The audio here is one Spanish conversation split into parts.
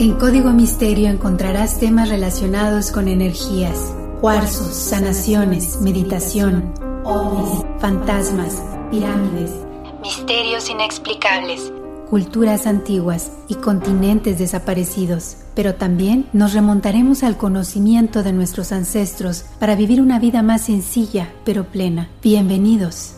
En Código Misterio encontrarás temas relacionados con energías, cuarzos, sanaciones, meditación, ovnis, fantasmas, pirámides, misterios inexplicables, culturas antiguas y continentes desaparecidos. Pero también nos remontaremos al conocimiento de nuestros ancestros para vivir una vida más sencilla, pero plena. Bienvenidos.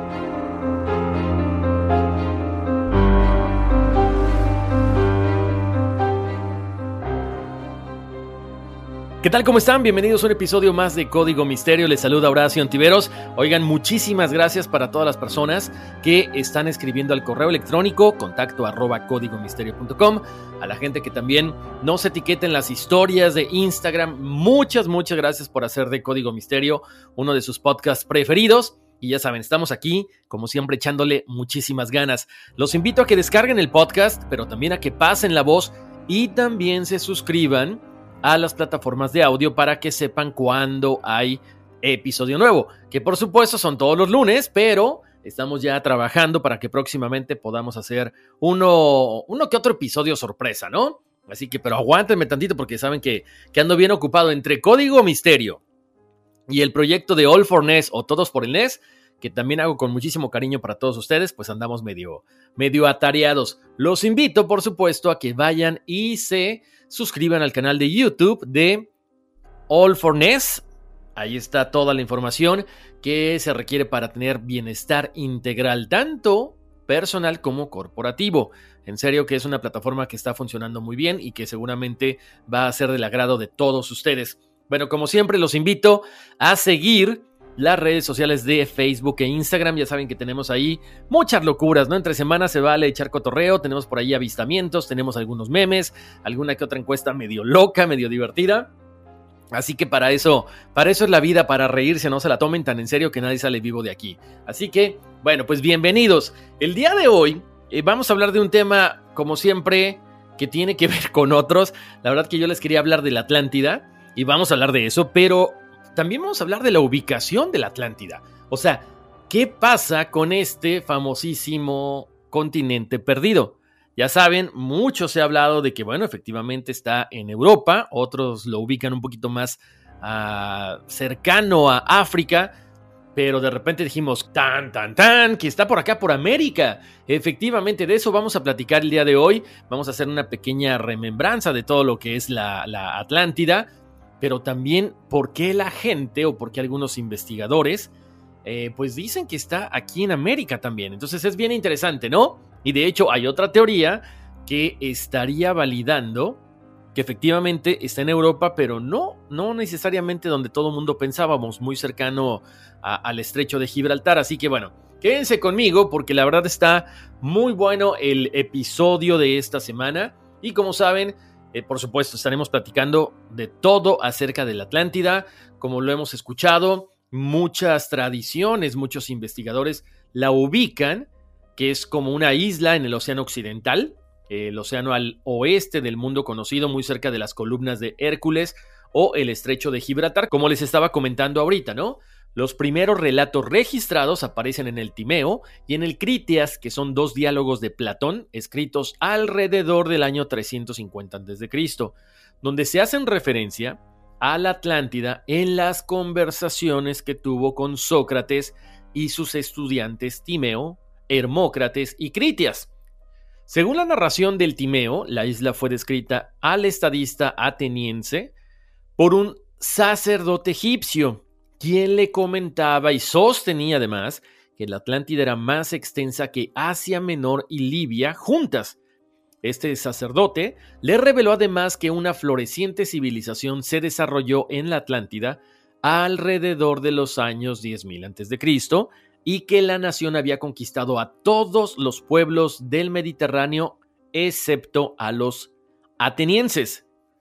¿Qué tal? ¿Cómo están? Bienvenidos a un episodio más de Código Misterio. Les saluda Horacio Ontiveros. Oigan, muchísimas gracias para todas las personas que están escribiendo al correo electrónico contacto@códigomisterio.com. A la gente que también nos etiqueta en las historias de Instagram. Muchas gracias por hacer de Código Misterio uno de sus podcasts preferidos. Y ya saben, estamos aquí, como siempre, echándole muchísimas ganas. Los invito a que descarguen el podcast, pero también a que pasen la voz y también se suscriban a las plataformas de audio para que sepan cuándo hay episodio nuevo, que por supuesto son todos los lunes, pero estamos ya trabajando para que próximamente podamos hacer uno que otro episodio sorpresa, ¿no? Así que, pero aguántenme tantito porque saben que ando bien ocupado entre Código Misterio y el proyecto de All for NES o Todos por el NES, que también hago con muchísimo cariño para todos ustedes, pues andamos medio atareados. Los invito, por supuesto, a que vayan y se suscriban al canal de YouTube de All for NES. Ahí está toda la información que se requiere para tener bienestar integral, tanto personal como corporativo. En serio que es una plataforma que está funcionando muy bien y que seguramente va a ser del agrado de todos ustedes. Bueno, como siempre, los invito a seguir las redes sociales de Facebook e Instagram. Ya saben que tenemos ahí muchas locuras, ¿no? Entre semanas se vale echar cotorreo, tenemos por ahí avistamientos, tenemos algunos memes, alguna que otra encuesta medio loca, medio divertida. Así que para eso es la vida, para reírse, no se la tomen tan en serio que nadie sale vivo de aquí. Así que, bueno, pues bienvenidos. El día de hoy vamos a hablar de un tema, como siempre, que tiene que ver con otros. La verdad que yo les quería hablar de la Atlántida y vamos a hablar de eso, pero también vamos a hablar de la ubicación de la Atlántida. O sea, ¿qué pasa con este famosísimo continente perdido? Ya saben, mucho se ha hablado de que, bueno, efectivamente está en Europa. Otros lo ubican un poquito más cercano a África. Pero de repente dijimos, que está por acá, por América. Efectivamente, de eso vamos a platicar el día de hoy. Vamos a hacer una pequeña remembranza de todo lo que es la Atlántida. Pero también por qué la gente o por qué algunos investigadores pues dicen que está aquí en América también. Entonces es bien interesante, ¿no? Y de hecho hay otra teoría que estaría validando que efectivamente está en Europa, pero no necesariamente donde todo el mundo pensábamos, muy cercano al estrecho de Gibraltar. Así que bueno, quédense conmigo porque la verdad está muy bueno el episodio de esta semana. Y como saben, por supuesto, estaremos platicando de todo acerca de la Atlántida. Como lo hemos escuchado, muchas tradiciones, muchos investigadores la ubican, que es como una isla en el Océano Occidental, el océano al oeste del mundo conocido, muy cerca de las columnas de Hércules o el estrecho de Gibraltar, como les estaba comentando ahorita, ¿no? Los primeros relatos registrados aparecen en el Timeo y en el Critias, que son dos diálogos de Platón escritos alrededor del año 350 a.C., donde se hacen referencia a la Atlántida en las conversaciones que tuvo con Sócrates y sus estudiantes Timeo, Hermócrates y Critias. Según la narración del Timeo, la isla fue descrita al estadista ateniense por un sacerdote egipcio, quien le comentaba y sostenía además que la Atlántida era más extensa que Asia Menor y Libia juntas. Este sacerdote le reveló además que una floreciente civilización se desarrolló en la Atlántida alrededor de los años 10.000 a.C. y que la nación había conquistado a todos los pueblos del Mediterráneo excepto a los atenienses.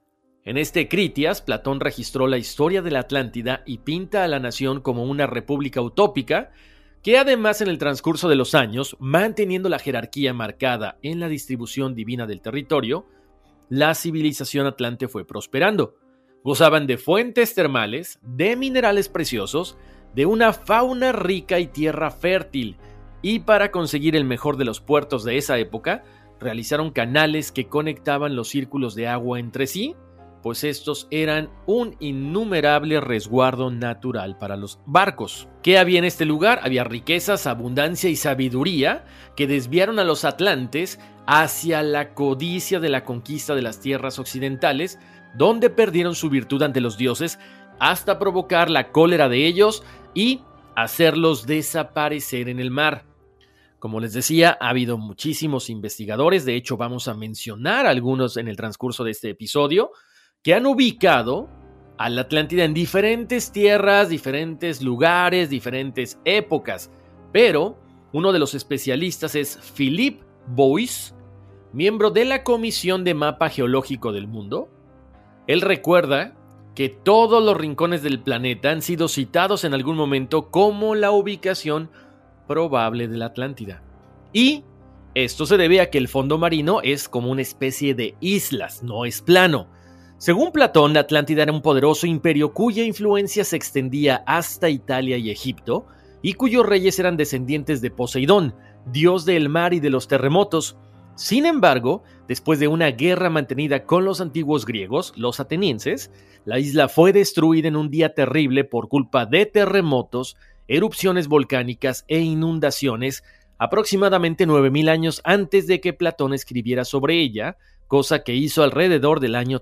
En este Critias, Platón registró la historia de la Atlántida y pinta a la nación como una república utópica que además en el transcurso de los años, manteniendo la jerarquía marcada en la distribución divina del territorio, la civilización atlante fue prosperando. Gozaban de fuentes termales, de minerales preciosos, de una fauna rica y tierra fértil, y para conseguir el mejor de los puertos de esa época, realizaron canales que conectaban los círculos de agua entre sí, pues estos eran un innumerable resguardo natural para los barcos. ¿Qué había en este lugar? Había riquezas, abundancia y sabiduría que desviaron a los atlantes hacia la codicia de la conquista de las tierras occidentales, donde perdieron su virtud ante los dioses hasta provocar la cólera de ellos y hacerlos desaparecer en el mar. Como les decía, ha habido muchísimos investigadores, de hecho vamos a mencionar algunos en el transcurso de este episodio, que han ubicado a la Atlántida en diferentes tierras, diferentes lugares, diferentes épocas. Pero uno de los especialistas es Philippe Bois, miembro de la Comisión de Mapa Geológico del Mundo. Él recuerda que todos los rincones del planeta han sido citados en algún momento como la ubicación probable de la Atlántida. Y esto se debe a que el fondo marino es como una especie de islas, no es plano. Según Platón, la Atlántida era un poderoso imperio cuya influencia se extendía hasta Italia y Egipto, y cuyos reyes eran descendientes de Poseidón, dios del mar y de los terremotos. Sin embargo, después de una guerra mantenida con los antiguos griegos, los atenienses, la isla fue destruida en un día terrible por culpa de terremotos, erupciones volcánicas e inundaciones, aproximadamente 9000 años antes de que Platón escribiera sobre ella, cosa que hizo alrededor del año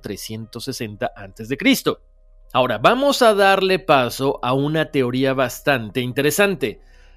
360 a.C. Ahora, vamos a darle paso a una teoría bastante interesante,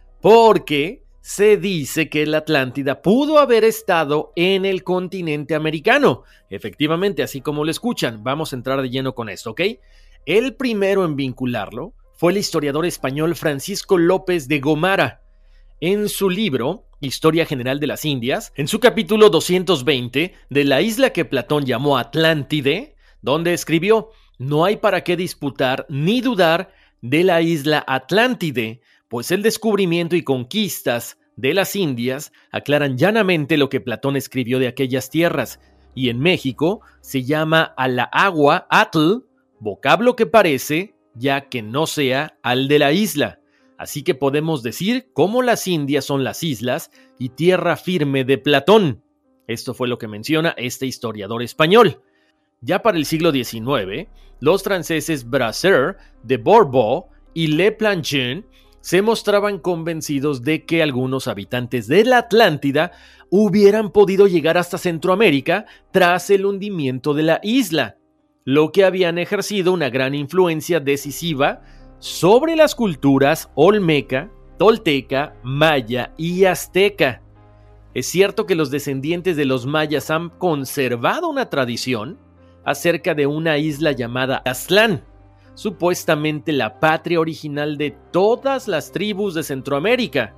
porque se dice que la Atlántida pudo haber estado en el continente americano. Efectivamente, así como lo escuchan, vamos a entrar de lleno con esto, ¿ok? El primero en vincularlo fue el historiador español Francisco López de Gomara. En su libro, Historia General de las Indias, en su capítulo 220 de la isla que Platón llamó Atlántide, donde escribió: no hay para qué disputar ni dudar de la isla Atlántide, pues el descubrimiento y conquistas de las Indias aclaran llanamente lo que Platón escribió de aquellas tierras, y en México se llama a la agua Atl, vocablo que parece, ya que no sea al de la isla. Así que podemos decir cómo las Indias son las islas y tierra firme de Platón. Esto fue lo que menciona este historiador español. Ya para el siglo XIX, los franceses Brasseur, de Bourbois y Le Plongeon se mostraban convencidos de que algunos habitantes de la Atlántida hubieran podido llegar hasta Centroamérica tras el hundimiento de la isla, lo que habían ejercido una gran influencia decisiva sobre las culturas olmeca, tolteca, maya y azteca. Es cierto que los descendientes de los mayas han conservado una tradición acerca de una isla llamada Aztlán, supuestamente la patria original de todas las tribus de Centroamérica.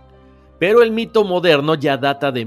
Pero el mito moderno ya data de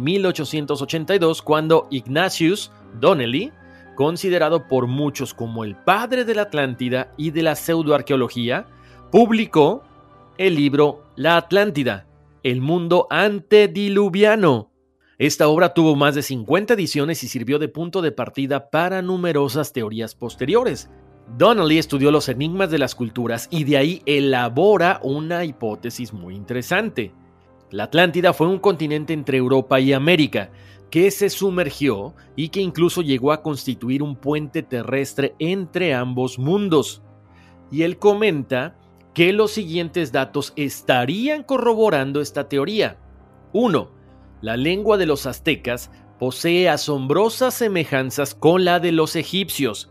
1882, cuando Ignatius Donnelly, considerado por muchos como el padre de la Atlántida y de la pseudoarqueología, publicó el libro La Atlántida, el mundo antediluviano. Esta obra tuvo más de 50 ediciones y sirvió de punto de partida para numerosas teorías posteriores. Donnelly estudió los enigmas de las culturas y de ahí elabora una hipótesis muy interesante. La Atlántida fue un continente entre Europa y América, que se sumergió y que incluso llegó a constituir un puente terrestre entre ambos mundos. Y él comenta que los siguientes datos estarían corroborando esta teoría. 1. La lengua de los aztecas posee asombrosas semejanzas con la de los egipcios.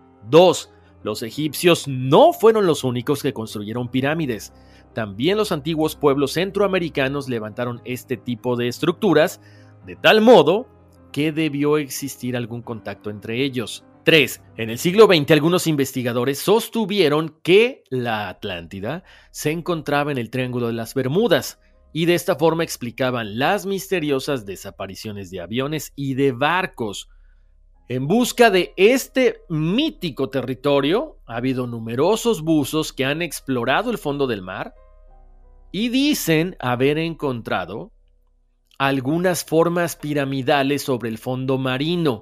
2. Los egipcios no fueron los únicos que construyeron pirámides. También los antiguos pueblos centroamericanos levantaron este tipo de estructuras, de tal modo que debió existir algún contacto entre ellos. 3. En el siglo XX, algunos investigadores sostuvieron que la Atlántida se encontraba en el Triángulo de las Bermudas, y de esta forma explicaban las misteriosas desapariciones de aviones y de barcos. En busca de este mítico territorio, ha habido numerosos buzos que han explorado el fondo del mar y dicen haber encontrado algunas formas piramidales sobre el fondo marino.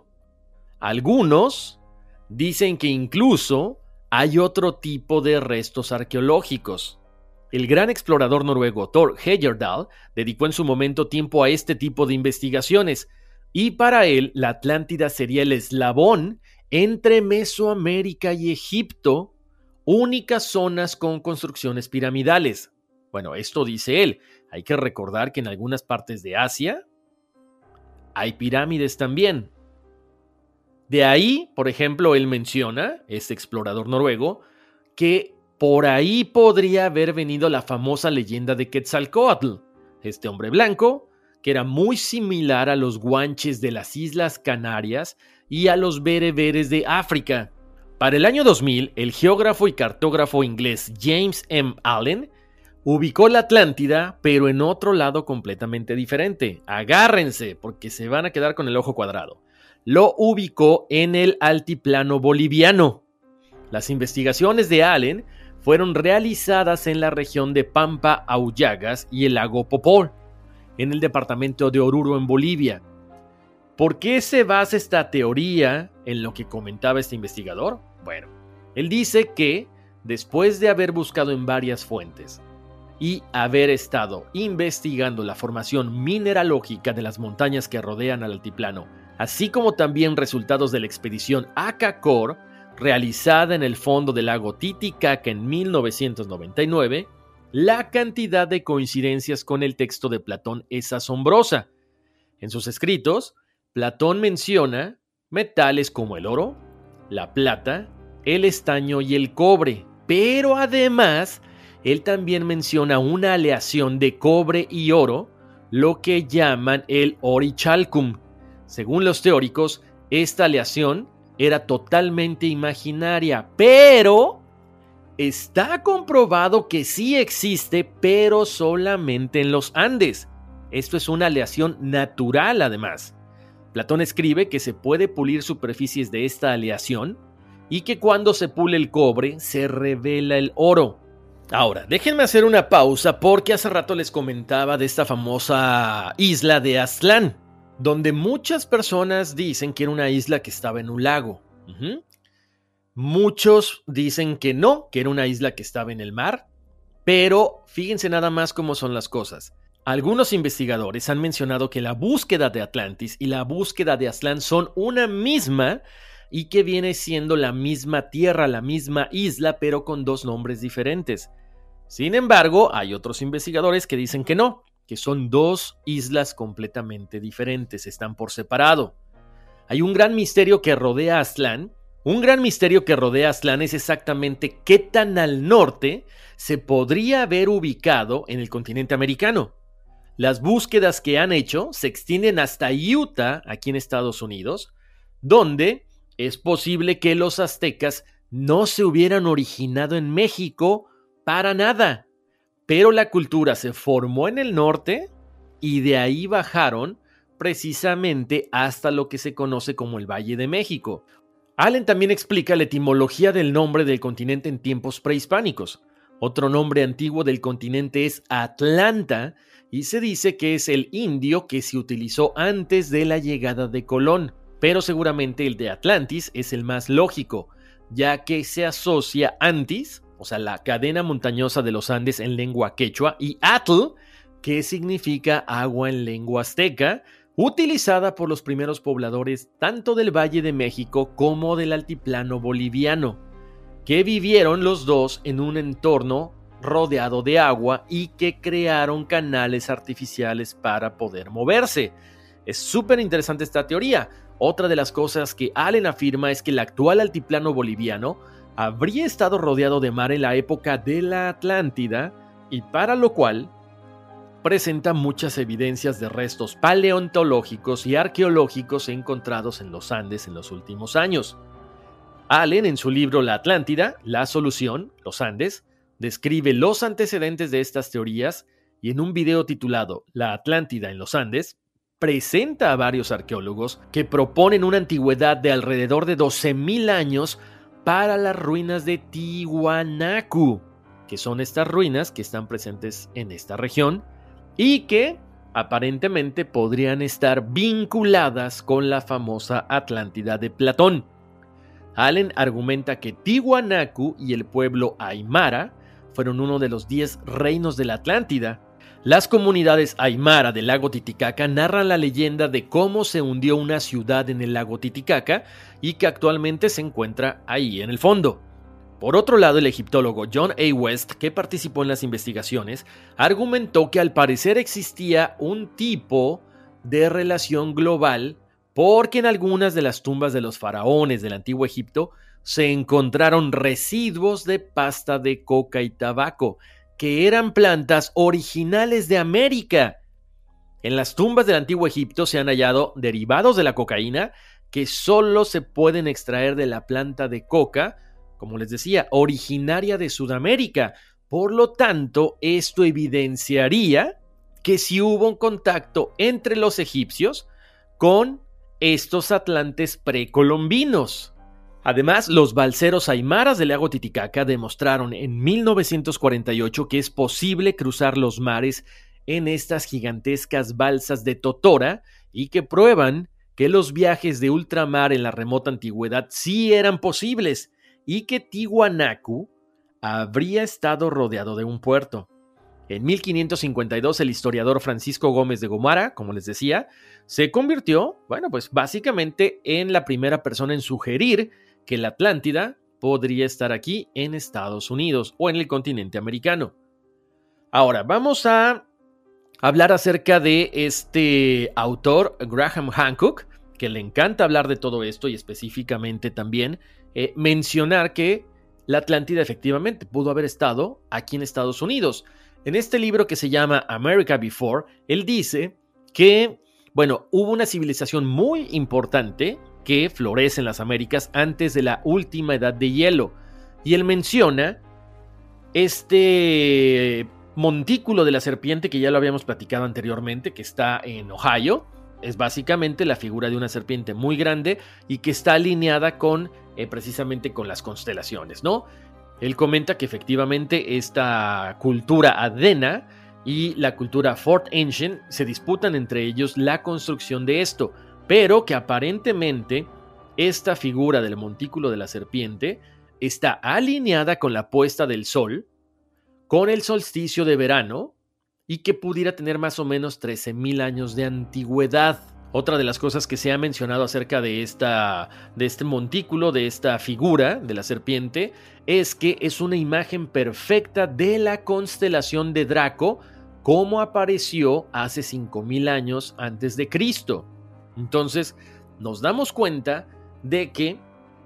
Algunos dicen que incluso hay otro tipo de restos arqueológicos. El gran explorador noruego Thor Heyerdahl dedicó en su momento tiempo a este tipo de investigaciones Y para él, la Atlántida sería el eslabón entre Mesoamérica y Egipto, únicas zonas con construcciones piramidales. Bueno, esto dice él. Hay que recordar que en algunas partes de Asia hay pirámides también. De ahí, por ejemplo, él menciona, este explorador noruego, que por ahí podría haber venido la famosa leyenda de Quetzalcóatl, este hombre blanco, que era muy similar a los guanches de las Islas Canarias y a los bereberes de África. Para el año 2000, el geógrafo y cartógrafo inglés James M. Allen ubicó la Atlántida, pero en otro lado completamente diferente. Agárrense, porque se van a quedar con el ojo cuadrado. Lo ubicó en el altiplano boliviano. Las investigaciones de Allen fueron realizadas en la región de Pampa Aullagas y el lago Popol, en el departamento de Oruro, en Bolivia. ¿Por qué se basa esta teoría en lo que comentaba este investigador? Bueno, él dice que después de haber buscado en varias fuentes y haber estado investigando la formación mineralógica de las montañas que rodean al altiplano, así como también resultados de la expedición Acacor, realizada en el fondo del lago Titicaca en 1999, la cantidad de coincidencias con el texto de Platón es asombrosa. En sus escritos, Platón menciona metales como el oro, la plata, el estaño y el cobre, pero además, él también menciona una aleación de cobre y oro, lo que llaman el orichalcum. Según los teóricos, esta aleación era totalmente imaginaria, pero está comprobado que sí existe, pero solamente en los Andes. Esto es una aleación natural, además. Platón escribe que se puede pulir superficies de esta aleación y que cuando se pule el cobre se revela el oro. Ahora, déjenme hacer una pausa porque hace rato les comentaba de esta famosa isla de Aztlán, donde muchas personas dicen que era una isla que estaba en un lago. Muchos dicen que no, que era una isla que estaba en el mar, pero fíjense nada más cómo son las cosas. Algunos investigadores han mencionado que la búsqueda de Atlantis y la búsqueda de Aztlán son una misma y que viene siendo la misma tierra, la misma isla, pero con dos nombres diferentes. Sin embargo, hay otros investigadores que dicen que no, que son dos islas completamente diferentes, están por separado. Hay un gran misterio que rodea a Aztlán. Un gran misterio que rodea a Aztlán es exactamente qué tan al norte se podría haber ubicado en el continente americano. Las búsquedas que han hecho se extienden hasta Utah, aquí en Estados Unidos, donde es posible que los aztecas no se hubieran originado en México para nada, pero la cultura se formó en el norte y de ahí bajaron precisamente hasta lo que se conoce como el Valle de México. Allen también explica la etimología del nombre del continente en tiempos prehispánicos. Otro nombre antiguo del continente es Atlanta y se dice que es el indio que se utilizó antes de la llegada de Colón, pero seguramente el de Atlantis es el más lógico, ya que se asocia Antis, o sea, la cadena montañosa de los Andes en lengua quechua, y Atl, que significa agua en lengua azteca, utilizada por los primeros pobladores tanto del Valle de México como del altiplano boliviano, que vivieron los dos en un entorno rodeado de agua y que crearon canales artificiales para poder moverse. Es súper interesante esta teoría. Otra de las cosas que Allen afirma es que el actual altiplano boliviano habría estado rodeado de mar en la época de la Atlántida y para lo cual presenta muchas evidencias de restos paleontológicos y arqueológicos encontrados en los Andes en los últimos años. Allen, en su libro La Atlántida, la solución, los Andes, describe los antecedentes de estas teorías y en un video titulado La Atlántida en los Andes, presenta a varios arqueólogos que proponen una antigüedad de alrededor de 12,000 años para las ruinas de Tiwanaku, que son estas ruinas que están presentes en esta región y que aparentemente podrían estar vinculadas con la famosa Atlántida de Platón. Allen argumenta que Tiwanaku y el pueblo Aymara fueron uno de los 10 reinos de la Atlántida. Las comunidades aymara del lago Titicaca narran la leyenda de cómo se hundió una ciudad en el lago Titicaca y que actualmente se encuentra ahí en el fondo. Por otro lado, el egiptólogo John A. West, que participó en las investigaciones, argumentó que al parecer existía un tipo de relación global porque en algunas de las tumbas de los faraones del antiguo Egipto se encontraron residuos de pasta de coca y tabaco, que eran plantas originales de América. En las tumbas del antiguo Egipto se han hallado derivados de la cocaína que solo se pueden extraer de la planta de coca, como les decía, originaria de Sudamérica. Por lo tanto, esto evidenciaría que sí hubo un contacto entre los egipcios con estos atlantes precolombinos. Además, los balseros aymaras del lago Titicaca demostraron en 1948 que es posible cruzar los mares en estas gigantescas balsas de totora y que prueban que los viajes de ultramar en la remota antigüedad sí eran posibles y que Tiwanaku habría estado rodeado de un puerto. En 1552 el historiador Francisco Gómez de Gomara, como les decía, se convirtió, básicamente en la primera persona en sugerir que la Atlántida podría estar aquí en Estados Unidos o en el continente americano. Ahora, vamos a hablar acerca de este autor, Graham Hancock, que le encanta hablar de todo esto y específicamente también mencionar que la Atlántida efectivamente pudo haber estado aquí en Estados Unidos. En este libro que se llama America Before, él dice que, hubo una civilización muy importante que florece en las Américas antes de la última edad de hielo. Y él menciona este montículo de la serpiente que ya lo habíamos platicado anteriormente, que está en Ohio. Es básicamente la figura de una serpiente muy grande y que está alineada con precisamente con las constelaciones, ¿no? Él comenta que efectivamente esta cultura adena y la cultura Fort Ancient se disputan entre ellos la construcción de esto, pero que aparentemente esta figura del montículo de la serpiente está alineada con la puesta del sol, con el solsticio de verano y que pudiera tener más o menos 13,000 años de antigüedad. Otra de las cosas que se ha mencionado acerca de este montículo, de esta figura de la serpiente, es que es una imagen perfecta de la constelación de Draco, como apareció hace 5,000 años antes de Cristo. Entonces, nos damos cuenta de que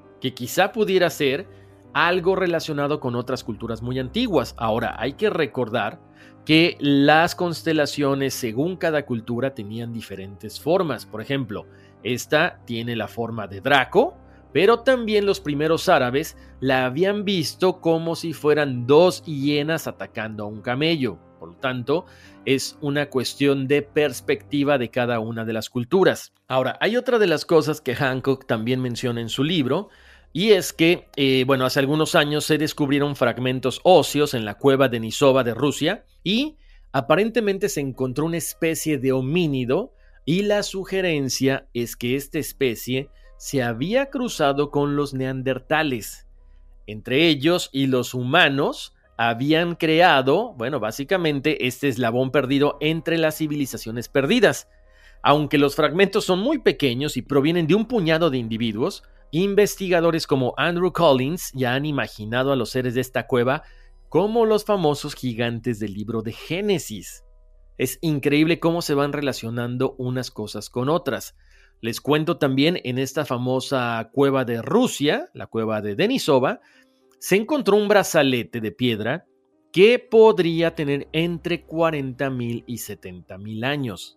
quizá pudiera ser algo relacionado con otras culturas muy antiguas. Ahora, hay que recordar que las constelaciones, según cada cultura, tenían diferentes formas. Por ejemplo, esta tiene la forma de Draco, pero también los primeros árabes la habían visto como si fueran 2 hienas atacando a un camello. Por lo tanto, es una cuestión de perspectiva de cada una de las culturas. Ahora, hay otra de las cosas que Hancock también menciona en su libro, y es que, hace algunos años se descubrieron fragmentos óseos en la cueva de Denisova de Rusia y aparentemente se encontró una especie de homínido y la sugerencia es que esta especie se había cruzado con los neandertales. Entre ellos y los humanos habían creado, básicamente este eslabón perdido entre las civilizaciones perdidas. Aunque los fragmentos son muy pequeños y provienen de un puñado de individuos, investigadores como Andrew Collins ya han imaginado a los seres de esta cueva como los famosos gigantes del libro de Génesis. Es increíble cómo se van relacionando unas cosas con otras. Les cuento también, en esta famosa cueva de Rusia, la cueva de Denisova, se encontró un brazalete de piedra que podría tener entre 40,000 y 70,000 años.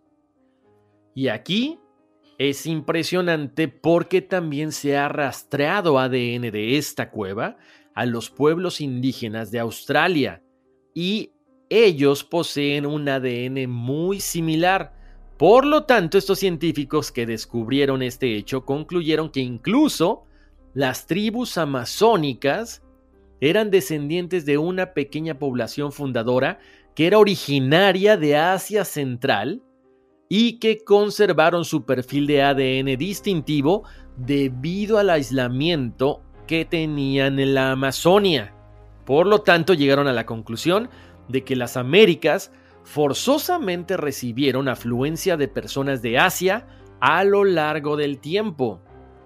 Y aquí es impresionante porque también se ha rastreado ADN de esta cueva a los pueblos indígenas de Australia y ellos poseen un ADN muy similar. Por lo tanto, estos científicos que descubrieron este hecho concluyeron que incluso las tribus amazónicas eran descendientes de una pequeña población fundadora que era originaria de Asia Central y que conservaron su perfil de ADN distintivo debido al aislamiento que tenían en la Amazonia. Por lo tanto, llegaron a la conclusión de que las Américas forzosamente recibieron afluencia de personas de Asia a lo largo del tiempo.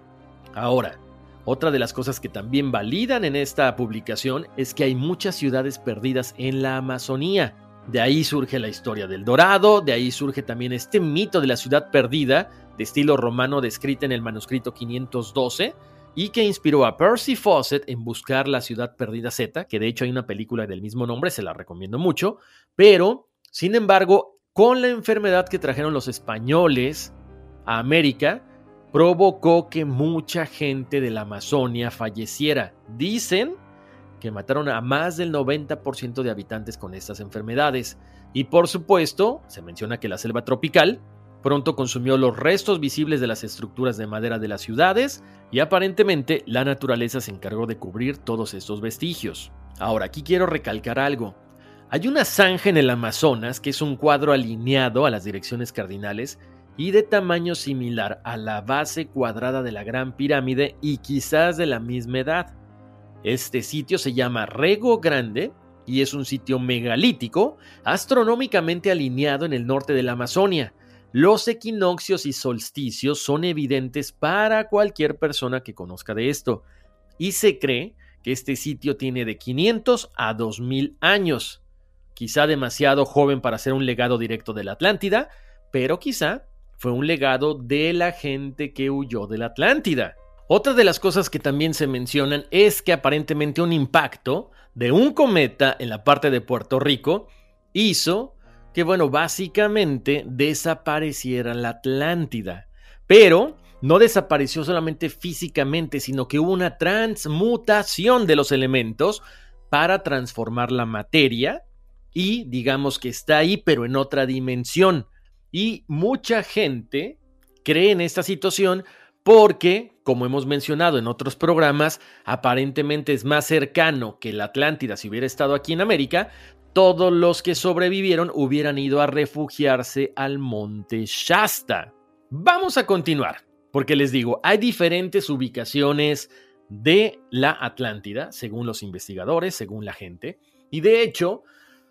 Ahora, otra de las cosas que también validan en esta publicación es que hay muchas ciudades perdidas en la Amazonía. De ahí surge la historia del Dorado, de ahí surge también este mito de la ciudad perdida, de estilo romano descrita en el manuscrito 512, y que inspiró a Percy Fawcett en buscar la ciudad perdida Z, que de hecho hay una película del mismo nombre, se la recomiendo mucho, pero, sin embargo, con la enfermedad que trajeron los españoles a América, provocó que mucha gente de la Amazonia falleciera. Dicen que mataron a más del 90% de habitantes con estas enfermedades. Y por supuesto, se menciona que la selva tropical pronto consumió los restos visibles de las estructuras de madera de las ciudades y aparentemente la naturaleza se encargó de cubrir todos estos vestigios. Ahora, aquí quiero recalcar algo. Hay una zanja en el Amazonas que es un cuadro alineado a las direcciones cardinales y de tamaño similar a la base cuadrada de la Gran Pirámide y quizás de la misma edad. Este sitio se llama Rego Grande y es un sitio megalítico astronómicamente alineado en el norte de la Amazonia. Los equinoccios y solsticios son evidentes para cualquier persona que conozca de esto, y se cree que este sitio tiene de 500 a 2000 años. Quizá demasiado joven para ser un legado directo de la Atlántida, pero quizá fue un legado de la gente que huyó de la Atlántida. Otra de las cosas que también se mencionan es que aparentemente un impacto de un cometa en la parte de Puerto Rico hizo que, básicamente desapareciera la Atlántida. Pero no desapareció solamente físicamente, sino que hubo una transmutación de los elementos para transformar la materia y digamos que está ahí, pero en otra dimensión. Y mucha gente cree en esta situación porque, como hemos mencionado en otros programas, aparentemente es más cercano que la Atlántida si hubiera estado aquí en América. Todos los que sobrevivieron hubieran ido a refugiarse al monte Shasta. Vamos a continuar, porque les digo, hay diferentes ubicaciones de la Atlántida, según los investigadores, según la gente, y de hecho,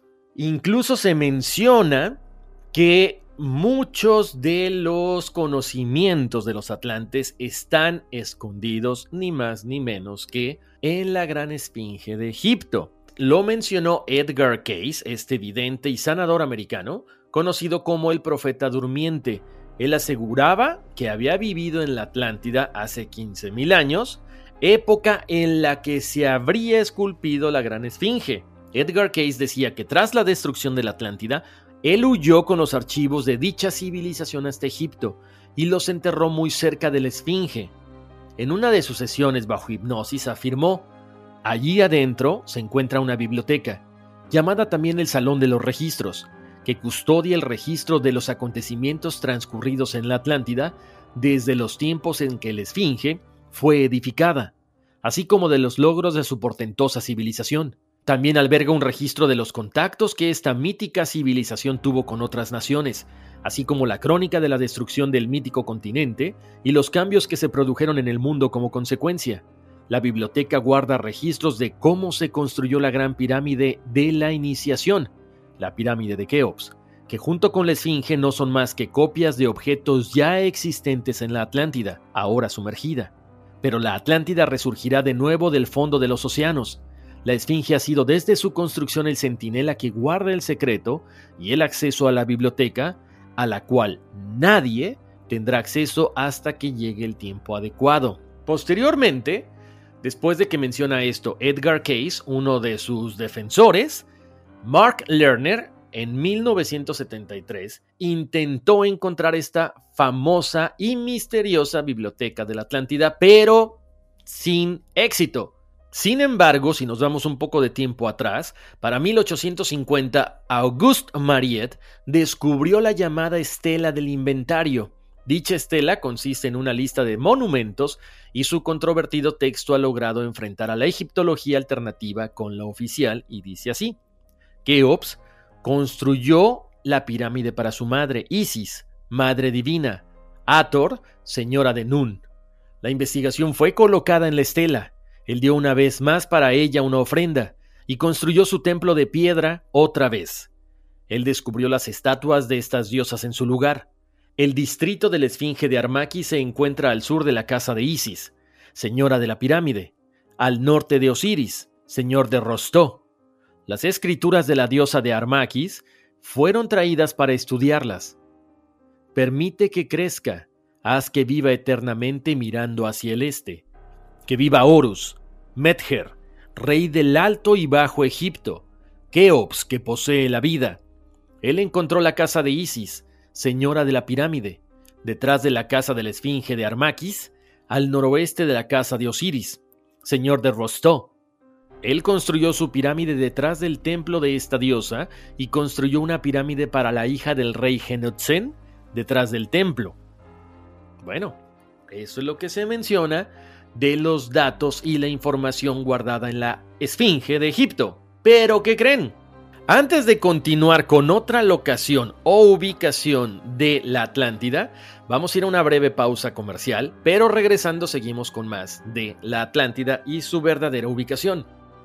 incluso se menciona que muchos de los conocimientos de los atlantes están escondidos ni más ni menos que en la gran esfinge de Egipto. Lo mencionó Edgar Cayce, este vidente y sanador americano, conocido como el profeta durmiente. Él aseguraba que había vivido en la Atlántida hace 15,000 años, época en la que se habría esculpido la gran esfinge. Edgar Cayce decía que tras la destrucción de la Atlántida, él huyó con los archivos de dicha civilización hasta Egipto y los enterró muy cerca de la esfinge. En una de sus sesiones bajo hipnosis afirmó: allí adentro se encuentra una biblioteca, llamada también el Salón de los Registros, que custodia el registro de los acontecimientos transcurridos en la Atlántida desde los tiempos en que la esfinge fue edificada, así como de los logros de su portentosa civilización. También alberga un registro de los contactos que esta mítica civilización tuvo con otras naciones, así como la crónica de la destrucción del mítico continente y los cambios que se produjeron en el mundo como consecuencia. La biblioteca guarda registros de cómo se construyó la gran pirámide de la iniciación, la pirámide de Keops, que junto con la esfinge no son más que copias de objetos ya existentes en la Atlántida, ahora sumergida. Pero la Atlántida resurgirá de nuevo del fondo de los océanos. La esfinge ha sido desde su construcción el centinela que guarda el secreto y el acceso a la biblioteca, a la cual nadie tendrá acceso hasta que llegue el tiempo adecuado. Posteriormente, después de que menciona esto Edgar Cayce, uno de sus defensores, Mark Lerner, en 1973, intentó encontrar esta famosa y misteriosa biblioteca de la Atlántida, pero sin éxito. Sin embargo, si nos vamos un poco de tiempo atrás, para 1850, Auguste Mariette descubrió la llamada Estela del Inventario. Dicha estela consiste en una lista de monumentos y su controvertido texto ha logrado enfrentar a la egiptología alternativa con la oficial y dice así: Keops construyó la pirámide para su madre, Isis, madre divina, Hathor, señora de Nun. La investigación fue colocada en la estela. Él dio una vez más para ella una ofrenda y construyó su templo de piedra otra vez. Él descubrió las estatuas de estas diosas en su lugar. El distrito de la Esfinge de Armaquis se encuentra al sur de la casa de Isis, señora de la pirámide, al norte de Osiris, señor de Rostó. Las escrituras de la diosa de Armaquis fueron traídas para estudiarlas. Permite que crezca, haz que viva eternamente mirando hacia el este. Que viva Horus, Medher, rey del Alto y Bajo Egipto, Keops, que posee la vida. Él encontró la casa de Isis, señora de la pirámide, detrás de la casa de la Esfinge de Armaquis, al noroeste de la casa de Osiris, señor de Rostó. Él construyó su pirámide detrás del templo de esta diosa y construyó una pirámide para la hija del rey Genotzen detrás del templo. Bueno, eso es lo que se menciona de los datos y la información guardada en la Esfinge de Egipto. ¿Pero qué creen? Antes de continuar con otra locación o ubicación de la Atlántida, vamos a ir a una breve pausa comercial, pero regresando seguimos con más de la Atlántida y su verdadera ubicación.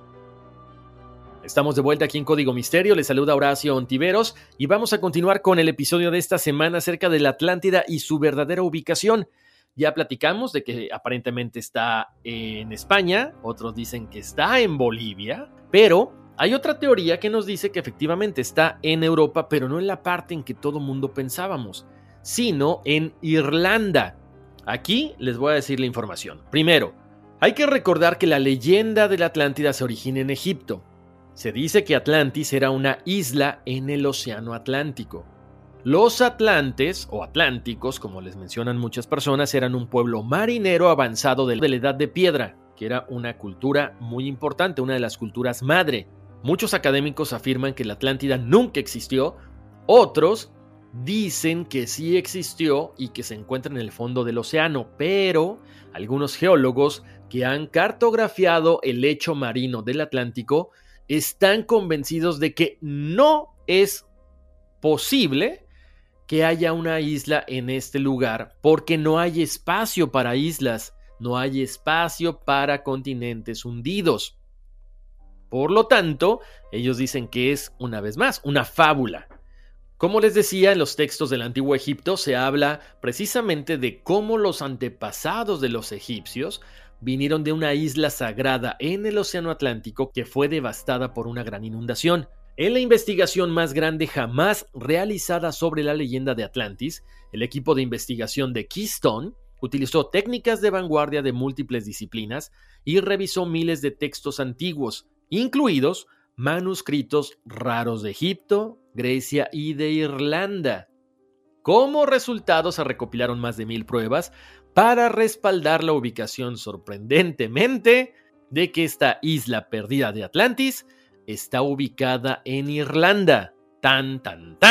Estamos de vuelta aquí en Código Misterio, les saluda Horacio Ontiveros y vamos a continuar con el episodio de esta semana acerca de la Atlántida y su verdadera ubicación. Ya platicamos de que aparentemente está en España, otros dicen que está en Bolivia, pero hay otra teoría que nos dice que efectivamente está en Europa, pero no en la parte en que todo mundo pensábamos, sino en Irlanda. Aquí les voy a decir la información. Primero, hay que recordar que la leyenda de la Atlántida se origina en Egipto. Se dice que Atlantis era una isla en el Océano Atlántico. Los atlantes, o atlánticos, como les mencionan muchas personas, eran un pueblo marinero avanzado de la Edad de Piedra, que era una cultura muy importante, una de las culturas madre. Muchos académicos afirman que la Atlántida nunca existió, otros dicen que sí existió y que se encuentra en el fondo del océano, pero algunos geólogos que han cartografiado el lecho marino del Atlántico están convencidos de que no es posible que haya una isla en este lugar porque no hay espacio para islas, no hay espacio para continentes hundidos. Por lo tanto, ellos dicen que es, una vez más, una fábula. Como les decía, en los textos del Antiguo Egipto se habla precisamente de cómo los antepasados de los egipcios vinieron de una isla sagrada en el Océano Atlántico que fue devastada por una gran inundación. En la investigación más grande jamás realizada sobre la leyenda de Atlantis, el equipo de investigación de Keystone utilizó técnicas de vanguardia de múltiples disciplinas y revisó miles de textos antiguos, incluidos manuscritos raros de Egipto, Grecia y de Irlanda. Como resultado se recopilaron más de 1000 pruebas para respaldar la ubicación sorprendentemente de que esta isla perdida de Atlantis está ubicada en Irlanda. Tan,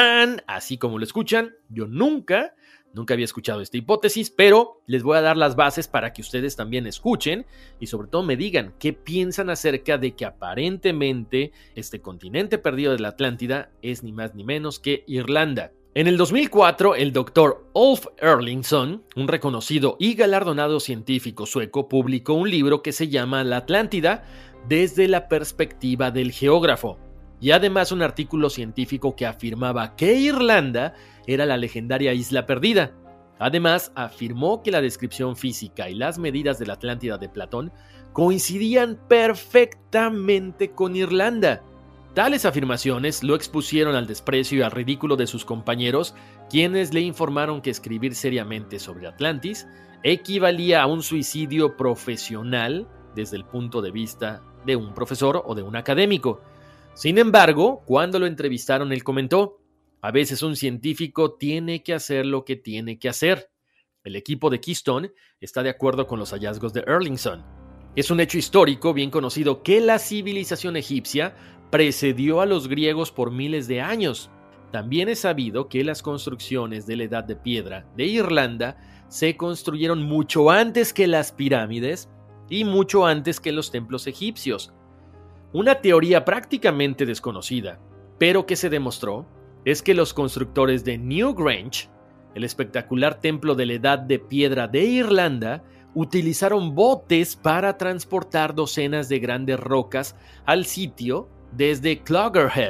así como lo escuchan, yo nunca había escuchado esta hipótesis, pero les voy a dar las bases para que ustedes también escuchen y sobre todo me digan qué piensan acerca de que aparentemente este continente perdido de la Atlántida es ni más ni menos que Irlanda. En el 2004, el Dr. Ulf Erlingsson, un reconocido y galardonado científico sueco, publicó un libro que se llama La Atlántida desde la perspectiva del geógrafo, y además un artículo científico que afirmaba que Irlanda era la legendaria isla perdida. Además, afirmó que la descripción física y las medidas de la Atlántida de Platón coincidían perfectamente con Irlanda. Tales afirmaciones lo expusieron al desprecio y al ridículo de sus compañeros, quienes le informaron que escribir seriamente sobre Atlantis equivalía a un suicidio profesional desde el punto de vista de un profesor o de un académico. Sin embargo, cuando lo entrevistaron, él comentó: a veces un científico tiene que hacer lo que tiene que hacer. El equipo de Keystone está de acuerdo con los hallazgos de Erlingsson. Es un hecho histórico bien conocido que la civilización egipcia precedió a los griegos por miles de años. También es sabido que las construcciones de la Edad de Piedra de Irlanda se construyeron mucho antes que las pirámides y mucho antes que los templos egipcios. Una teoría prácticamente desconocida, pero que se demostró, es que los constructores de Newgrange, el espectacular templo de la Edad de Piedra de Irlanda, utilizaron botes para transportar docenas de grandes rocas al sitio desde Cloggerhead,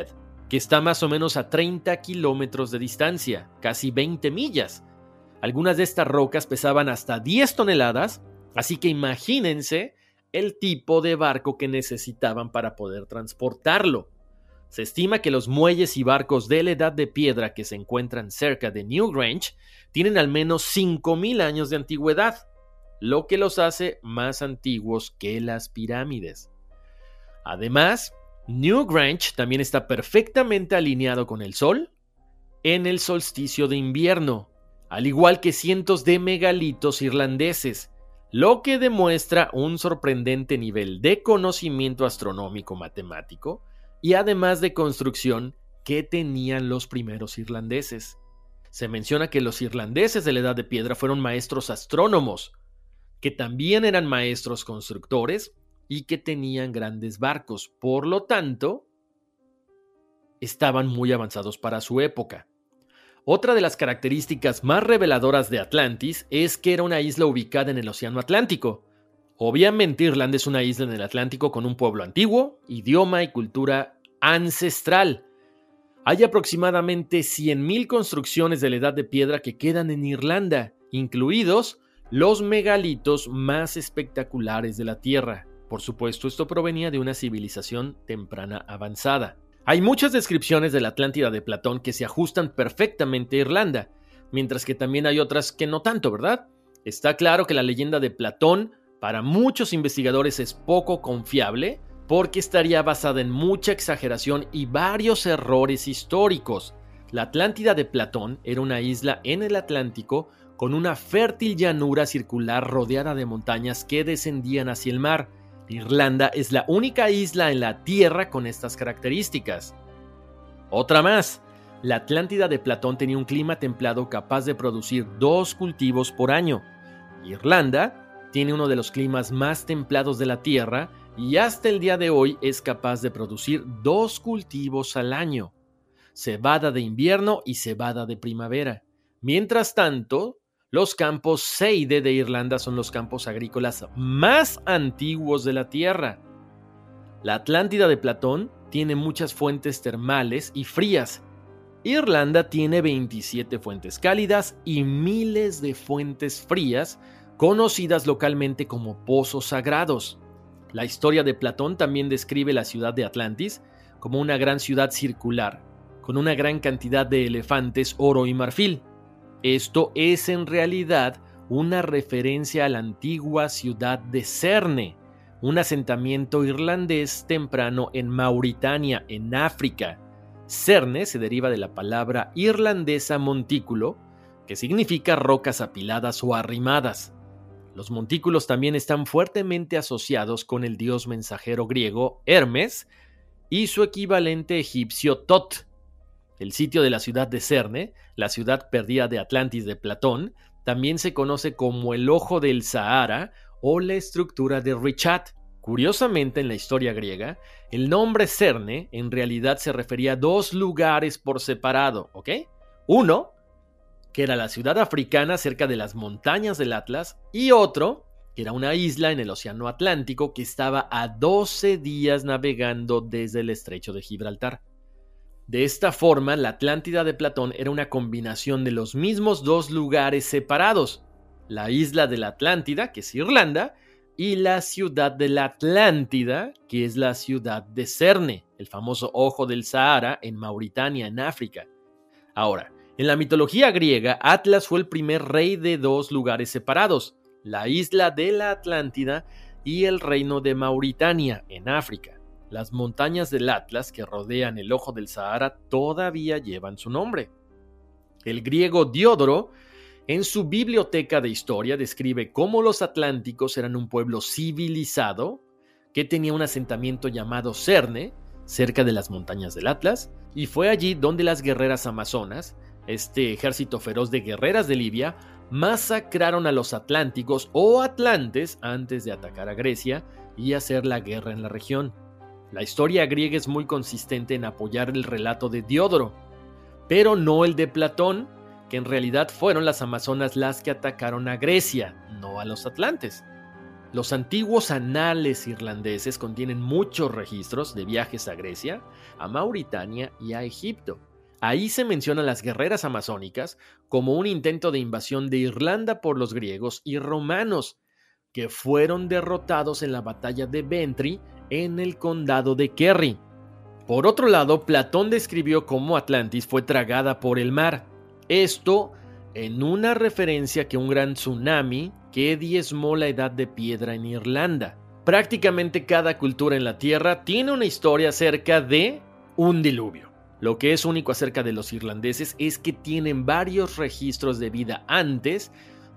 que está más o menos a 30 kilómetros de distancia, casi 20 millas. Algunas de estas rocas pesaban hasta 10 toneladas, así que imagínense el tipo de barco que necesitaban para poder transportarlo. Se estima que los muelles y barcos de la Edad de Piedra que se encuentran cerca de Newgrange tienen al menos 5,000 años de antigüedad, lo que los hace más antiguos que las pirámides. Además, Newgrange también está perfectamente alineado con el Sol en el solsticio de invierno, al igual que cientos de megalitos irlandeses, lo que demuestra un sorprendente nivel de conocimiento astronómico matemático y además de construcción que tenían los primeros irlandeses. Se menciona que los irlandeses de la Edad de Piedra fueron maestros astrónomos, que también eran maestros constructores y que tenían grandes barcos. Por lo tanto, estaban muy avanzados para su época. Otra de las características más reveladoras de Atlantis es que era una isla ubicada en el Océano Atlántico. Obviamente Irlanda es una isla en el Atlántico con un pueblo antiguo, idioma y cultura ancestral. Hay aproximadamente 100,000 construcciones de la Edad de Piedra que quedan en Irlanda, incluidos los megalitos más espectaculares de la Tierra. Por supuesto, esto provenía de una civilización temprana avanzada. Hay muchas descripciones de la Atlántida de Platón que se ajustan perfectamente a Irlanda, mientras que también hay otras que no tanto, ¿verdad? Está claro que la leyenda de Platón para muchos investigadores es poco confiable porque estaría basada en mucha exageración y varios errores históricos. La Atlántida de Platón era una isla en el Atlántico con una fértil llanura circular rodeada de montañas que descendían hacia el mar. Irlanda es la única isla en la Tierra con estas características. Otra más, la Atlántida de Platón tenía un clima templado capaz de producir 2 cultivos por año. Irlanda tiene uno de los climas más templados de la Tierra y hasta el día de hoy es capaz de producir 2 cultivos al año: cebada de invierno y cebada de primavera. Mientras tanto, los campos Seide de Irlanda son los campos agrícolas más antiguos de la Tierra. La Atlántida de Platón tiene muchas fuentes termales y frías. Irlanda tiene 27 fuentes cálidas y miles de fuentes frías, conocidas localmente como pozos sagrados. La historia de Platón también describe la ciudad de Atlantis como una gran ciudad circular, con una gran cantidad de elefantes, oro y marfil. Esto es en realidad una referencia a la antigua ciudad de Cerne, un asentamiento irlandés temprano en Mauritania, en África. Cerne se deriva de la palabra irlandesa montículo, que significa rocas apiladas o arrimadas. Los montículos también están fuertemente asociados con el dios mensajero griego Hermes y su equivalente egipcio Tot. El sitio de la ciudad de Cerne, la ciudad perdida de Atlantis de Platón, también se conoce como el Ojo del Sahara o la estructura de Richat. Curiosamente, en la historia griega, el nombre Cerne en realidad se refería a 2 lugares por separado, ¿ok? Uno, que era la ciudad africana cerca de las montañas del Atlas, y otro, que era una isla en el Océano Atlántico que estaba a 12 días navegando desde el estrecho de Gibraltar. De esta forma, la Atlántida de Platón era una combinación de los mismos 2 lugares separados: la isla de la Atlántida, que es Irlanda, y la ciudad de la Atlántida, que es la ciudad de Cerne, el famoso Ojo del Sahara en Mauritania, en África. Ahora, en la mitología griega, Atlas fue el primer rey de 2 lugares separados: la isla de la Atlántida y el reino de Mauritania, en África. Las montañas del Atlas que rodean el Ojo del Sahara todavía llevan su nombre. El griego Diodoro, en su biblioteca de historia, describe cómo los atlánticos eran un pueblo civilizado que tenía un asentamiento llamado Cerne, cerca de las montañas del Atlas, y fue allí donde las guerreras amazonas, este ejército feroz de guerreras de Libia, masacraron a los atlánticos o atlantes antes de atacar a Grecia y hacer la guerra en la región. La historia griega es muy consistente en apoyar el relato de Diodoro, pero no el de Platón, que en realidad fueron las amazonas las que atacaron a Grecia, no a los atlantes. Los antiguos anales irlandeses contienen muchos registros de viajes a Grecia, a Mauritania y a Egipto. Ahí se mencionan las guerreras amazónicas como un intento de invasión de Irlanda por los griegos y romanos, que fueron derrotados en la batalla de Bantry en el condado de Kerry. Por otro lado, Platón describió cómo Atlantis fue tragada por el mar. Esto en una referencia que un gran tsunami que diezmó la edad de piedra en Irlanda. Prácticamente cada cultura en la Tierra tiene una historia acerca de un diluvio. Lo que es único acerca de los irlandeses es que tienen varios registros de vida antes,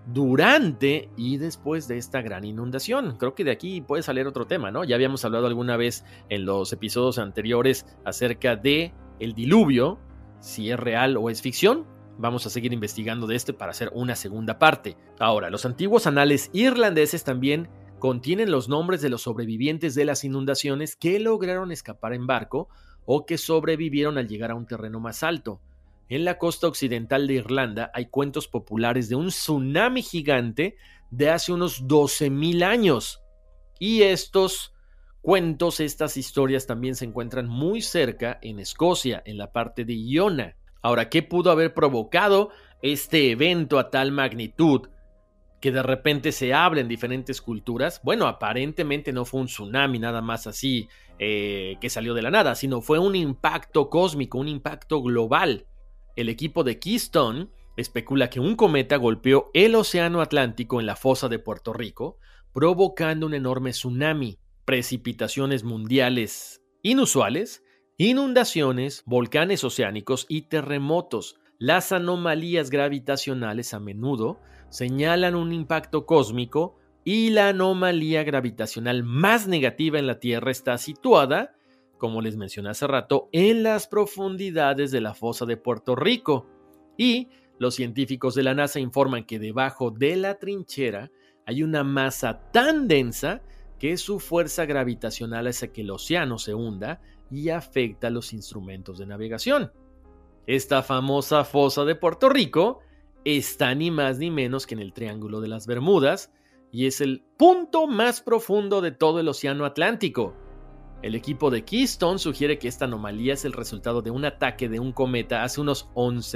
durante y después de esta gran inundación. Creo que de aquí puede salir otro tema, ¿no? Ya habíamos hablado alguna vez en los episodios anteriores acerca de el diluvio, si es real o es ficción. Vamos a seguir investigando de para hacer una segunda parte. Ahora, los antiguos anales irlandeses también contienen los nombres de los sobrevivientes de las inundaciones que lograron escapar en barco o que sobrevivieron al llegar a un terreno más alto. En la costa occidental de Irlanda hay cuentos populares de un tsunami gigante de hace unos 12,000 años. Y estos cuentos, estas historias también se encuentran muy cerca en Escocia, en la parte de Iona. Ahora, ¿qué pudo haber provocado este evento a tal magnitud que de repente se habla en diferentes culturas? Bueno, aparentemente no fue un tsunami nada más así que salió de la nada, sino fue un impacto cósmico, un impacto global. El equipo de Keystone especula que un cometa golpeó el océano Atlántico en la fosa de Puerto Rico, provocando un enorme tsunami, precipitaciones mundiales inusuales, inundaciones, volcanes oceánicos y terremotos. Las anomalías gravitacionales a menudo señalan un impacto cósmico y la anomalía gravitacional más negativa en la Tierra está situada, como les mencioné hace rato, en las profundidades de la fosa de Puerto Rico. Y los científicos de la NASA informan que debajo de la trinchera hay una masa tan densa que su fuerza gravitacional hace que el océano se hunda y afecta a los instrumentos de navegación. Esta famosa fosa de Puerto Rico está ni más ni menos que en el Triángulo de las Bermudas y es el punto más profundo de todo el océano Atlántico. El equipo de Keystone sugiere que esta anomalía es el resultado de un ataque de un cometa hace unos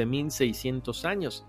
11,600 años.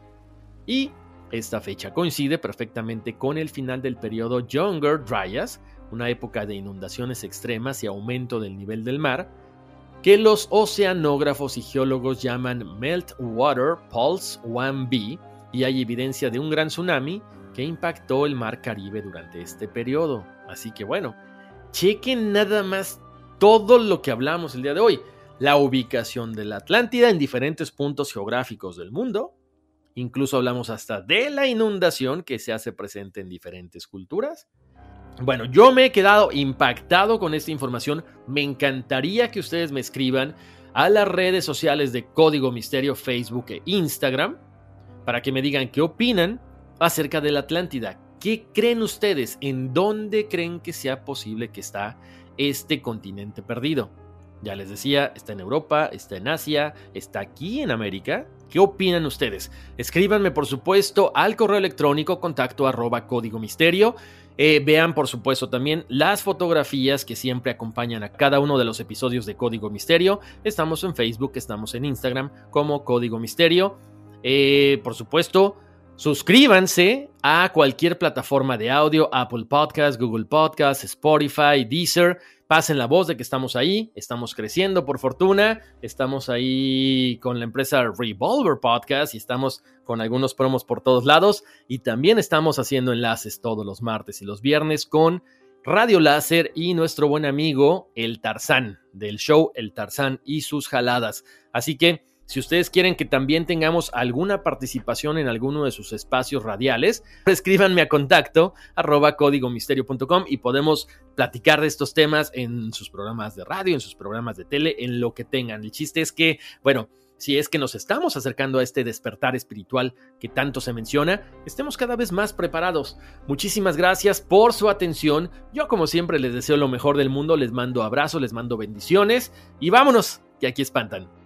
Y esta fecha coincide perfectamente con el final del periodo Younger Dryas, una época de inundaciones extremas y aumento del nivel del mar, que los oceanógrafos y geólogos llaman Meltwater Pulse 1b, y hay evidencia de un gran tsunami que impactó el mar Caribe durante este periodo. Así que bueno, chequen nada más todo lo que hablamos el día de hoy. La ubicación de la Atlántida en diferentes puntos geográficos del mundo. Incluso hablamos hasta de la inundación que se hace presente en diferentes culturas. Bueno, yo me he quedado impactado con esta información. Me encantaría que ustedes me escriban a las redes sociales de Código Misterio, Facebook e Instagram, para que me digan qué opinan acerca de la Atlántida. ¿Qué creen ustedes? ¿En dónde creen que sea posible que está este continente perdido? Ya les decía, está en Europa, está en Asia, está aquí en América. ¿Qué opinan ustedes? Escríbanme, por supuesto, al correo electrónico contacto@códigomisterio. Vean, por supuesto, también las fotografías que siempre acompañan a cada uno de los episodios de Código Misterio. Estamos en Facebook, estamos en Instagram como Código Misterio. Por supuesto, suscríbanse a cualquier plataforma de audio, Apple Podcasts, Google Podcasts, Spotify, Deezer. Pasen la voz de que estamos ahí, estamos creciendo por fortuna, estamos ahí con la empresa Revolver Podcast y estamos con algunos promos por todos lados y también estamos haciendo enlaces todos los martes y los viernes con Radio Láser y nuestro buen amigo El Tarzán, del show El Tarzán y sus jaladas. Así que si ustedes quieren que también tengamos alguna participación en alguno de sus espacios radiales, escríbanme a contacto @códigomisterio.com y podemos platicar de estos temas en sus programas de radio, en sus programas de tele, en lo que tengan. El chiste es que, bueno, si es que nos estamos acercando a este despertar espiritual que tanto se menciona, estemos cada vez más preparados. Muchísimas gracias por su atención. Yo, como siempre, les deseo lo mejor del mundo. Les mando abrazos, les mando bendiciones y vámonos, que aquí espantan.